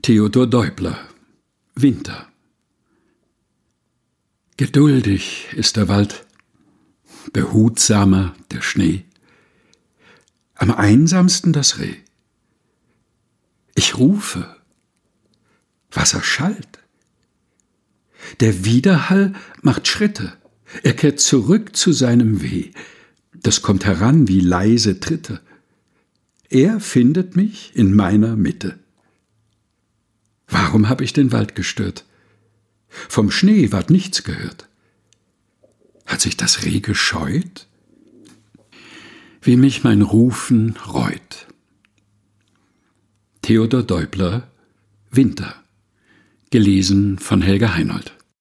Theodor Deubler, Winter. Geduldig ist der Wald, behutsamer der Schnee, am einsamsten das Reh. Ich rufe, Wasser schallt. Der Widerhall macht Schritte, er kehrt zurück zu seinem Weh, das kommt heran wie leise Tritte. Er findet mich in meiner Mitte. Warum hab ich den Wald gestört? Vom Schnee ward nichts gehört. Hat sich das Reh gescheut? Wie mich mein Rufen reut. Theodor Deubler, Winter. Gelesen von Helga Heinold.